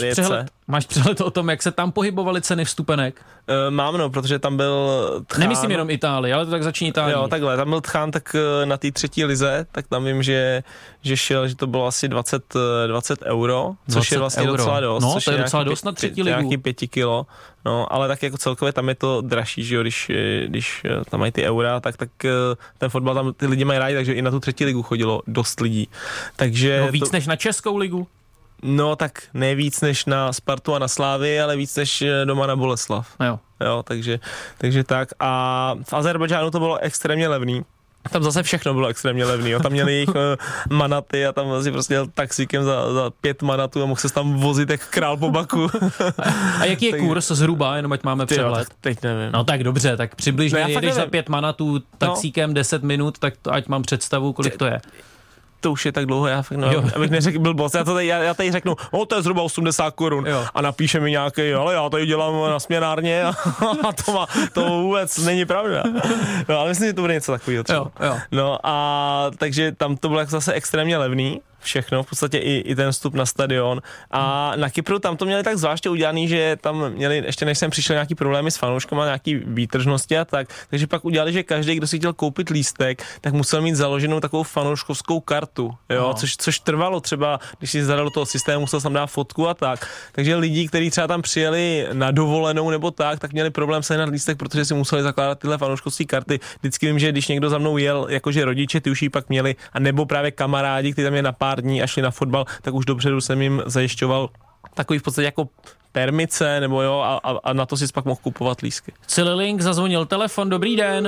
Máš přehled o tom, jak se tam pohybovaly ceny vstupenek? Mám, no, protože tam byl Tchán. Nemyslím jenom Itálii, ale to tak začíná Itálii. Jo, takhle, tam byl Tchán, tak na té 3. lize, tak tam vím, že šel, že to bylo asi 20 euro, což je vlastně docela dost. No, to je docela dost na 3. ligu. Nějaký 5 kilo, no, ale tak jako celkově tam je to dražší, že jo, když tam mají ty eura, tak ten fotbal tam ty lidi mají rádi, takže i na tu 3. ligu chodilo dost lidí. Takže no, víc než na Českou ligu? No tak ne víc než na Spartu a na Slávy, ale víc než doma na Boleslav. Jo, takže tak. A v Azerbajdžánu to bylo extrémně levný. Tam zase všechno bylo extrémně levný. Jo. Tam měli jejich manaty a tam si prostě jel taxíkem za 5 manatů a mohl se tam vozit jak král po Baku. A jaký je kurz zhruba, jenom ať máme přehled? Teď nevím. No tak dobře, tak přibližně jedeš za 5 manatů taxíkem 10 minut, tak to ať mám představu, kolik to je. to už je tak dlouho, já fakt abych neřekl blbost, já tady řeknu, to je zhruba 80 korun a napíše mi nějaký, ale já tady dělám na směnárně a to vůbec není pravda. No, ale myslím, že to bude něco takového třeba. No a takže tam to bylo jako zase extrémně levný, všechno, v podstatě i ten vstup na stadion. A na Kypru tam to měli tak zvláště udělaný, že tam měli, ještě než jsem přišel, nějaký problémy s fanouškama, nějaký výtržnosti a tak, takže pak udělali, že každý, kdo si chtěl koupit lístek, tak musel mít založenou takovou fanouškovskou kartu, jo, což trvalo třeba, když si zadal do toho systému, musel tam dát fotku a tak. Takže lidi, kteří třeba tam přijeli na dovolenou nebo tak měli problém sehnat lístek, protože si museli zakládat tyhle fanouškovské karty. Vždycky vím, že když někdo za mnou jel, jakože rodiče, ty už ji pak měli, a nebo právě kamarádi, kteří tam je na pár dní a šli na fotbal, tak už dopředu jsem jim zajišťoval takový v podstatě jako permice, nebo jo, a na to si pak mohl kupovat lístky. Link, zazvonil telefon, dobrý den.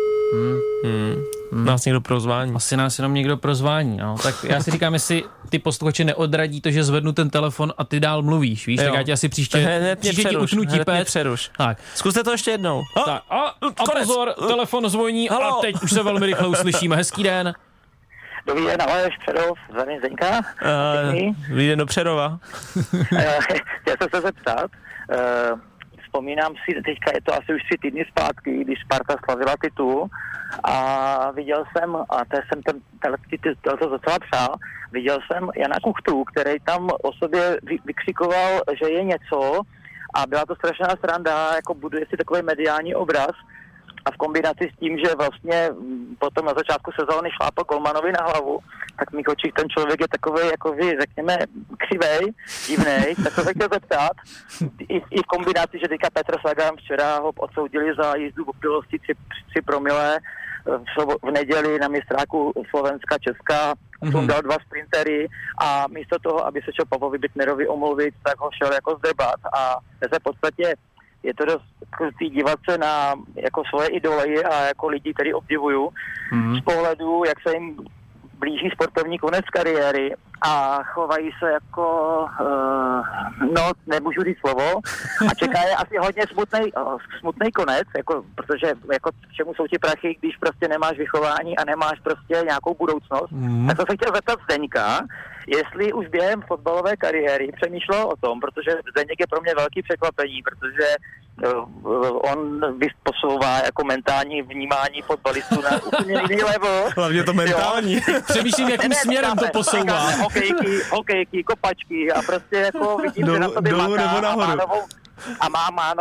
Nás někdo prozvání. Asi nás jenom někdo prozvání, no. Tak já si říkám, jestli ty posluchače neodradí to, že zvednu ten telefon a ty dál mluvíš, víš, tak já ti asi příště ti utnu tipec. Tak. Zkuste to ještě jednou. Tak. A pozor, telefon zvoní a teď už se velmi rychle uslyšíme. Hezký den. Dobrý den, Aleš Přerov, zdravím Zdeňka. Dobrý den do Přerova. Chtěl jsem se zeptat, vzpomínám si, teďka je to asi už 3 týdny zpátky, když Sparta slavila titul a viděl jsem, a to jsem to docela přál, viděl jsem Jana Kuchtu, který tam o sobě vykřikoval, že je něco a byla to strašná sranda, jako buduje si takový mediální obraz. A v kombinaci s tím, že vlastně potom na začátku sezóny šlápl golmanovi na hlavu, tak v mých očích ten člověk je takový, jako vy, řekněme, křivej, divnej, tak to se chtěl zeptat. I v kombinaci, že teďka Petr Sagan včera ho odsoudili za jízdu v opilosti 3 promile, v neděli na mistráku Slovenska, Česka, on dal 2 sprintery a místo toho, aby se šel Pavlovi Bittnerovi omluvit, tak ho šel jako zdebat a se v podstatě je to dost krutý dívat se na jako svoje idoly a jako lidi, který obdivuju z pohledu, jak se jim blíží sportovní konec kariéry a chovají se jako, nemůžu říct slovo, a čeká je asi hodně smutný konec, jako, protože jako k čemu jsou ti prachy, když prostě nemáš vychování a nemáš prostě nějakou budoucnost. Tak to se chtěl zeptat Zdeňka, jestli už během fotbalové kariéry přemýšlel o tom, protože Zdeněk je pro mě velký překvapení, protože on posouvá jako mentální vnímání fotbalistů na úplně jiný level. Hlavně to mentální. Přemýšlím, jakým směrem to posouvá. Hokejky, kopačky a prostě jako vidím, že na sobě má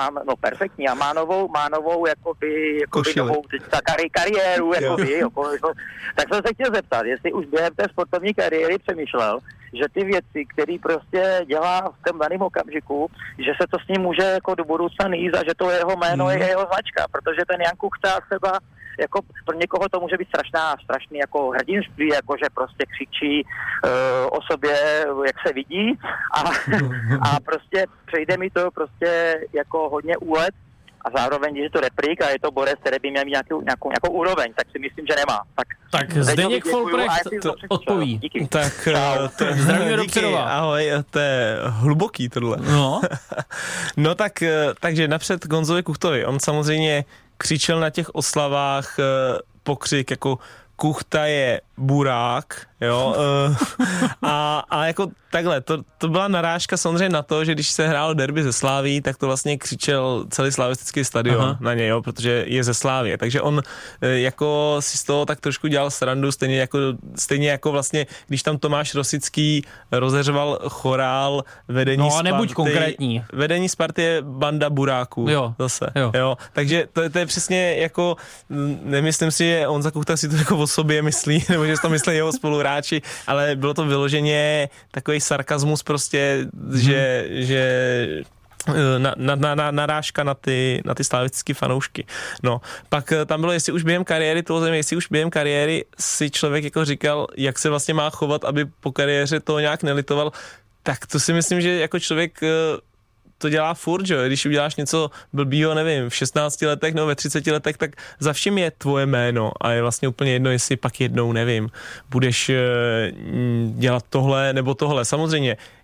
novou jakoby novou kariéru, jakoby, tak jsem se chtěl zeptat, jestli už během té sportovní kariéry přemýšlel, že ty věci, které prostě dělá v tom daném okamžiku, že se to s ním může jako do budoucna níst a že to jeho jméno je jeho značka, protože ten Jan Kuchta třeba jako pro někoho to může být strašný jako hrdinství, jako že prostě křičí o sobě, jak se vidí a prostě přejde mi to prostě jako hodně úlet a zároveň, když je to reprík a je to borec, který by měl mít nějakou úroveň, tak si myslím, že nemá. Tak Zdeněk Folprecht odpoví. Díky. Tak zdravíme do Přerova. Ahoj, to je hluboký tohle. No takže napřed Gonzovi Kuchtovi. On samozřejmě křičel na těch oslavách pokřik jako Kuchta je burák, jo, a jako takhle, to byla narážka samozřejmě na to, že když se hrálo derby ze Sláví, tak to vlastně křičel celý slavistický stadion na něj, jo, protože je ze Slávie, takže on jako si z toho tak trošku dělal srandu, stejně jako vlastně, když tam Tomáš Rosický rozeřval chorál vedení Sparty. No a nebuď konkrétní. Vedení Sparty je banda buráků, zase, jo. Takže to je přesně jako, nemyslím si, že Honza Kuchta si to jako o sobě myslí, nebo že to myslí jeho spoluhráči, ale bylo to vyloženě takový sarkazmus prostě, že narážka na ty slavistické fanoušky. No, pak tam bylo, jestli už během kariéry si člověk jako říkal, jak se vlastně má chovat, aby po kariéře to nějak nelitoval, tak to si myslím, že jako člověk to dělá furt, že? Když uděláš něco blbýho, nevím, v 16 letech nebo ve 30 letech, tak za vším je tvoje jméno a je vlastně úplně jedno, jestli pak jednou, nevím, budeš dělat tohle nebo tohle. Samozřejmě,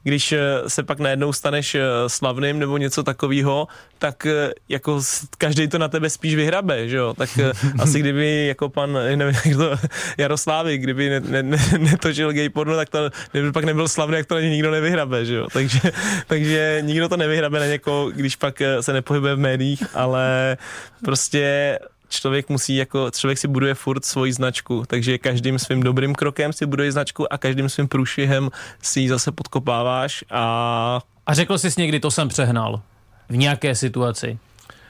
když se pak najednou staneš slavným nebo něco takového, tak jako každý to na tebe spíš vyhrabe, že jo? Tak asi kdyby jako pan, nevím, Jaroslávy, kdyby netočil gay porno, tak to kdyby pak nebyl slavný, jak to na ně nikdo nevyhrabe, že jo? Takže nikdo to nevyhrabe na někoho, když pak se nepohybuje v médiích, ale prostě člověk si buduje furt svoji značku, takže každým svým dobrým krokem si buduje značku a každým svým průšvihem si ji zase podkopáváš a řekl jsi někdy, to jsem přehnal v nějaké situaci?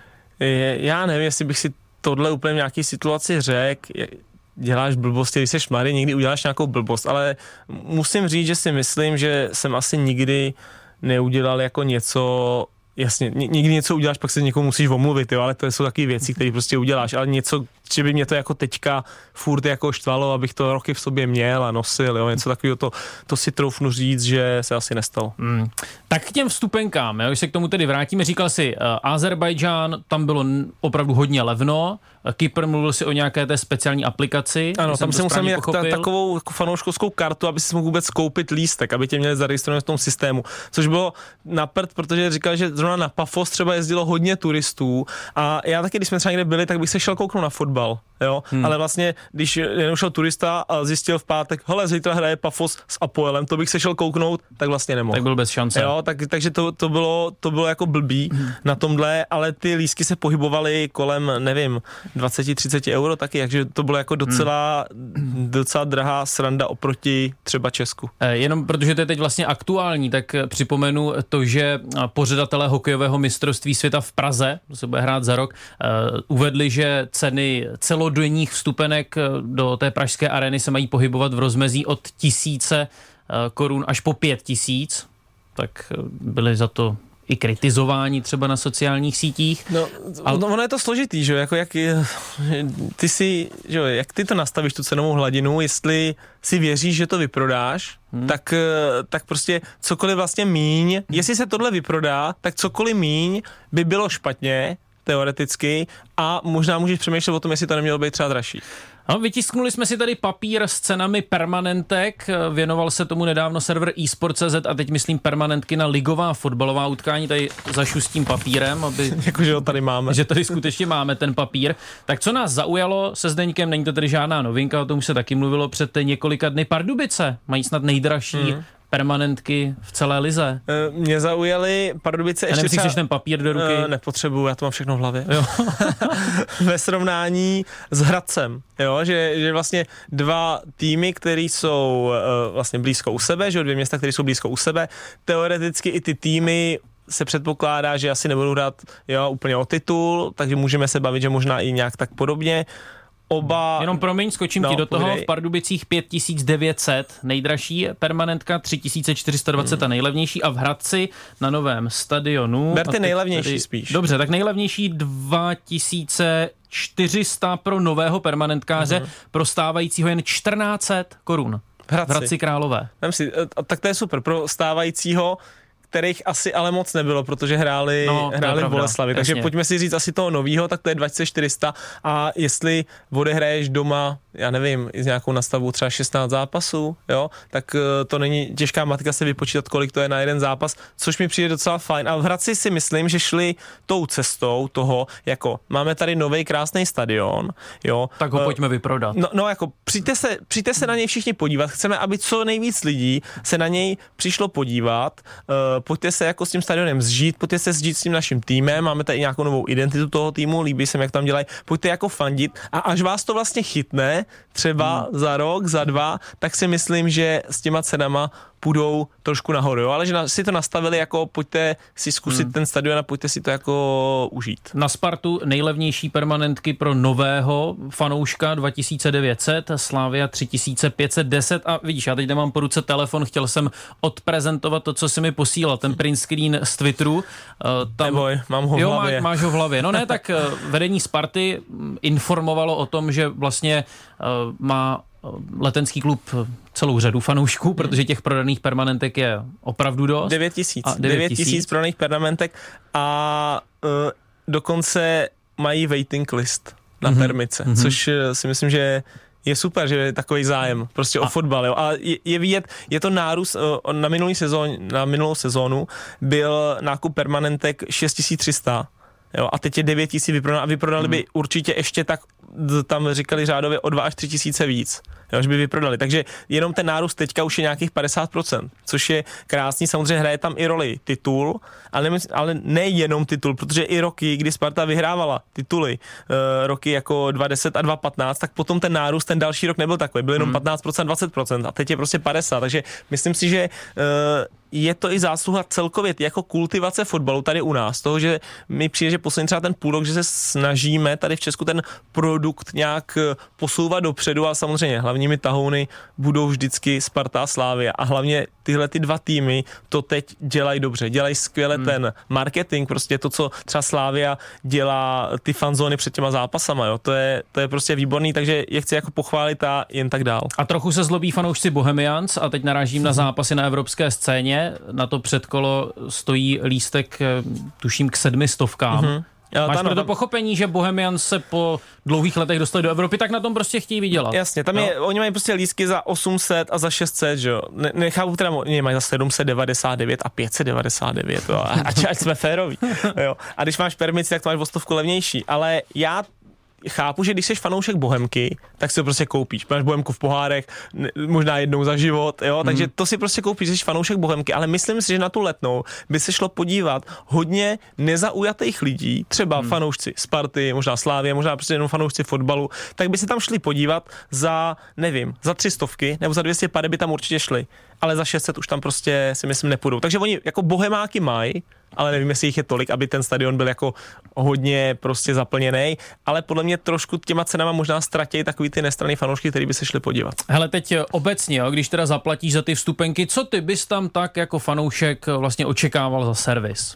Já nevím, jestli bych si tohle úplně v nějaké situaci řekl, děláš blbosti, když seš mladý, někdy uděláš nějakou blbost, ale musím říct, že si myslím, že jsem asi nikdy neudělal jako něco. Jasně, někdy něco uděláš, pak se někomu musíš omluvit, jo, ale to jsou takové věci, které prostě uděláš, ale něco, že by mě to jako teďka furt jako štvalo, abych to roky v sobě měl a nosil, jo, něco takového, to si troufnu říct, že se asi nestalo. Tak k těm vstupenkám, jo, když se k tomu tedy vrátíme, říkal si Azerbajdžán, tam bylo opravdu hodně levno, Kypr, mluvil si o nějaké té speciální aplikaci. Ano, tam si musel mít takovou jako fanouškovskou kartu, aby si mohl vůbec koupit lístek, aby tě měli zaregistrované v tom systému, což bylo na prd, protože říkal, že zrovna na Pafos třeba jezdilo hodně turistů a já taky, když jsme třeba někde byli, tak bych se šel kouknout na fotbal, jo, ale vlastně, když jenom šel turista a zjistil v pátek, hele, zítra hraje Pafos s Apoelem, to bych se šel kouknout, tak vlastně nemohl. Tak byl bez šance. Jo, takže to bylo jako blbý na tomhle, ale ty lístky se pohybovaly kolem, nevím, 20-30 euro taky, takže to bylo jako docela drahá sranda oproti třeba Česku. Jenom protože to je teď vlastně aktuální, tak připomenu to, že pořadatelé hokejového mistrovství světa v Praze, to se bude hrát za rok, uvedli, že ceny celodenních vstupenek do té pražské arény se mají pohybovat v rozmezí od 1000 korun až po 5000, tak byli za to i kritizování třeba na sociálních sítích. Ono je to složitý, že jako jak ty to nastavíš, tu cenovou hladinu, jestli si věříš, že to vyprodáš, tak prostě cokoliv vlastně míň, jestli se tohle vyprodá, tak cokoliv míň by bylo špatně, teoreticky, a možná můžeš přemýšlet o tom, jestli to nemělo být třeba dražší. No, vytisknuli jsme si tady papír s cenami permanentek, věnoval se tomu nedávno server eSport.cz a teď myslím permanentky na ligová fotbalová utkání, tady zašustím papírem, aby... Jakože ho tady máme. Že tady skutečně máme ten papír. Tak co nás zaujalo se Zdeňkem, není to tedy žádná novinka, o tom už se taky mluvilo před několika dny, Pardubice mají snad nejdražší permanentky v celé lize. Mě zaujaly Pardubice ještě třeba... Nemyslíš ten papír do ruky? Nepotřebuju, já to mám všechno v hlavě. Jo. Ve srovnání s Hradcem, jo, že vlastně dva týmy, které jsou vlastně blízko u sebe, že 2 města, které jsou blízko u sebe, teoreticky i ty týmy se předpokládá, že asi nebudou hrát úplně o titul, takže můžeme se bavit, že možná i nějak tak podobně. Jenom promiň, skočím ti do toho, v Pardubicích 5900 nejdražší permanentka, 3420 a nejlevnější a v Hradci na novém stadionu. Berte nejlevnější tady, spíš. Dobře, tak nejlevnější 2400 pro nového permanentkáře, pro stávajícího jen 1400 korun. V Hradci Králové. Tak to je super, pro stávajícího, kterých asi ale moc nebylo, protože hráli v Boleslavi. Takže pojďme si říct asi toho novýho, tak to je 2400 a jestli odehraješ doma, já nevím, s nějakou nastavou třeba 16 zápasů, jo, tak to není těžká matika se vypočítat, kolik to je na jeden zápas, což mi přijde docela fajn. A v Hradci si myslím, že šli tou cestou toho, jako máme tady nový krásný stadion, jo. Tak ho pojďme vyprodat. Jako přijďte se na něj všichni podívat. Chceme, aby co nejvíc lidí se na něj přišlo podívat. Pojďte se jako s tím stadionem zžít, pojďte se zžít s tím naším týmem, máme tady nějakou novou identitu toho týmu, líbí se mi, jak tam dělají, pojďte jako fandit a až vás to vlastně chytne, třeba za rok, za 2, tak si myslím, že s těma cenama půjdou trošku nahoru, jo? Ale že si to nastavili jako pojďte si zkusit ten stadion a pojďte si to jako užít. Na Spartu nejlevnější permanentky pro nového fanouška 2900, Slavia 3510 a vidíš, já teď nemám po ruce telefon, chtěl jsem odprezentovat to, co si mi posílal, ten print screen z Twitteru. Neboj, mám ho v hlavě. Máš ho v hlavě. No ne, tak vedení Sparty informovalo o tom, že vlastně má Letenský klub celou řadu fanoušků, protože těch prodaných permanentek je opravdu dost. 9000 prodaných permanentek a dokonce mají waiting list na permice, což si myslím, že je super, že je takový zájem prostě o fotbal, jo. A je vidět, je to nárůst, na minulou sezónu byl nákup permanentek 6300, jo, a teď je 9000 vyprodané a vyprodali by určitě ještě tak, tam říkali řádově o 2 až 3 tisíce víc, jo, že by vyprodali. Takže jenom ten nárůst teďka už je nějakých 50%, což je krásný. Samozřejmě hraje tam i roli titul, ale nejenom titul, protože i roky, kdy Sparta vyhrávala tituly, roky jako 2010 a 2015, tak potom ten nárůst, ten další rok nebyl takový, byl jenom 15%, 20% a teď je prostě 50%, takže myslím si, že je to i zásluha celkově jako kultivace fotbalu tady u nás, toho, že mi přijde, že poslední třeba ten půl rok, že se snažíme tady v Česku ten produkt nějak posouvat dopředu, a samozřejmě hlavními tahouny budou vždycky Sparta a Slavia a hlavně tyhle ty dva týmy to teď dělají dobře, dělají skvěle ten marketing, prostě to, co třeba Slavia dělá ty fanzóny před těma zápasama, jo, to je prostě výborný, takže je chci jako pochválit a jen tak dál. A trochu se zlobí fanoušci Bohemians a teď narážím na zápasy na evropské scéně. Na to předkolo stojí lístek, tuším, k 700. Máš pro to pochopení, že Bohemians se po dlouhých letech dostali do Evropy, tak na tom prostě chtějí vydělat. Jasně, tam oni mají prostě lístky za 800 a za 600, že jo. Nechápu, teda oni mají za 799 a 599, jo. Ať jsme féroví, jo. A když máš permici, tak to máš o 100 levnější, ale já chápu, že když jsi fanoušek Bohemky, tak si to prostě koupíš. Máš Bohemku v pohárech, možná jednou za život, jo, takže to si prostě koupíš, jsi fanoušek Bohemky, ale myslím si, že na tu letnou by se šlo podívat hodně nezaujatých lidí, třeba fanoušci Sparty, možná Slávie, možná prostě jenom fanoušci fotbalu, tak by se tam šli podívat za, nevím, za 300 nebo za 250 by tam určitě šli, ale za 600 už tam prostě si myslím nepůjdou. Takže oni jako bohemáky mají, ale nevím, jestli jich je tolik, aby ten stadion byl jako hodně prostě zaplněný, ale podle mě trošku těma cenama možná ztratějí takový ty nestranný fanoušky, který by se šli podívat. Hele, teď obecně, jo, když teda zaplatíš za ty vstupenky, co ty bys tam tak jako fanoušek vlastně očekával za servis?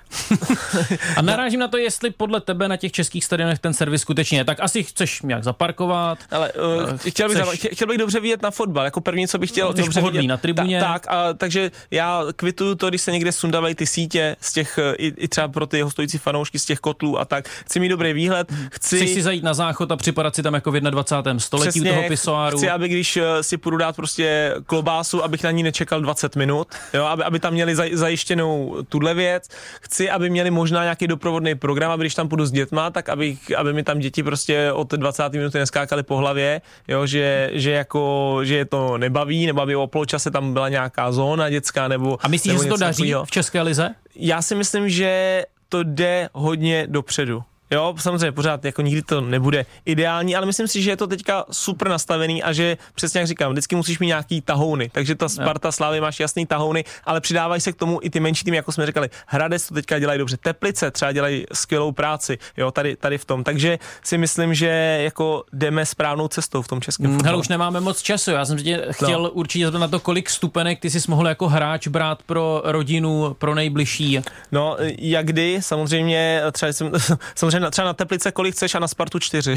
A narážím na to, jestli podle tebe na těch českých stadionech ten servis skutečně je. Tak asi chceš nějak zaparkovat. Ale chtěl bych dobře vidět na fotbal. Jako první, co bych chtěl dobře vidět na tribuně. Takže já kvituju to, když se někde sundávají ty sítě z těch, i třeba pro ty hostující fanoušky z těch kotlů a tak. Chci mít dobrý výhled. Chci si zajít na záchod a připadat si tam jako v 21. století. Přesně, u toho pisoáru. Chci, aby když si půjdu dát prostě klobásu, abych na ní nečekal 20 minut, jo, aby tam měli zajištěnou tuhle věc. Chci, aby měli možná nějaký doprovodný program, aby když tam půjdu s dětma, tak aby mi tam děti prostě od 20. minuty neskákaly po hlavě, jo, že je to nebaví, nebo aby o poločase tam byla nějaká zóna dětská, nebo... A myslíš, že se to daří v České lize? Já si myslím, že to jde hodně dopředu. Jo, samozřejmě pořád jako nikdy to nebude ideální, ale myslím si, že je to teďka super nastavený a že přesně jak říkám, vždycky musíš mít nějaký tahouny, takže ta Sparta, Slavie máš jasný tahouny, ale přidávají se k tomu i ty menší týmy, jako jsme říkali, Hradec to teďka dělají dobře, Teplice třeba dělají skvělou práci, jo, tady v tom, takže si myslím, že jako jdeme správnou cestou v tom českém fotbalu. Hele, už nemáme moc času, já jsem tě chtěl určitě na to, kolik stupenek ty jsi mohl jako hráč brát pro rodinu, pro nejbližší. No, jak kdy, samozřejmě třeba na Teplice kolik chceš a na Spartu 4.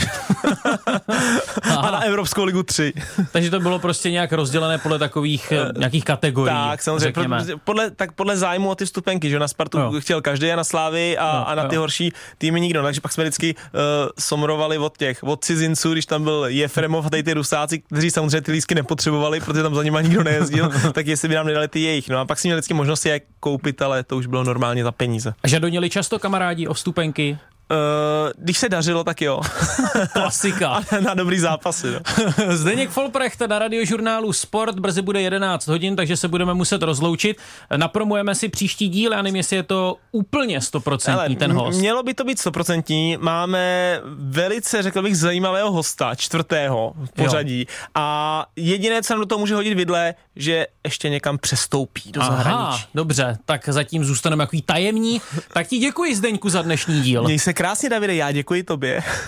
A na Evropskou ligu 3. Takže to bylo prostě nějak rozdělené podle takových nějakých kategorií. Tak, samozřejmě. Podle zájmu o ty vstupenky, že na Spartu chtěl každý a na Slávii a na ty horší týmy nikdo. Takže pak jsme vždycky somrovali od cizinců, když tam byl Jefremov a tady ty Rusáci, kteří samozřejmě ty lístky nepotřebovali, protože tam za nima nikdo nejezdil, tak jestli by nám nedali ty jejich. No a pak si měl vždycky možnost je koupit, ale to už bylo normálně za peníze. A žadonili často kamarádi o vstupenky? Když se dařilo, tak jo. Klasika. Na dobrý zápasy. No. Zdeněk Folprecht na radiožurnálu Sport, brzy bude 11 hodin, takže se budeme muset rozloučit. Napromujeme si příští díl, já nevím, jestli je to úplně 100% ten host. Mělo by to být 100%, máme velice, řekl bych, zajímavého hosta, 4. v pořadí. Jo. A jediné, co nám do toho může hodit vidle, že ještě někam přestoupí do zahraničí. Dobře, tak zatím zůstaneme takový tajemní. Tak ti děkuji, Zdeňku, za dnešní díl. Měj se krásně, Davide, já děkuji tobě.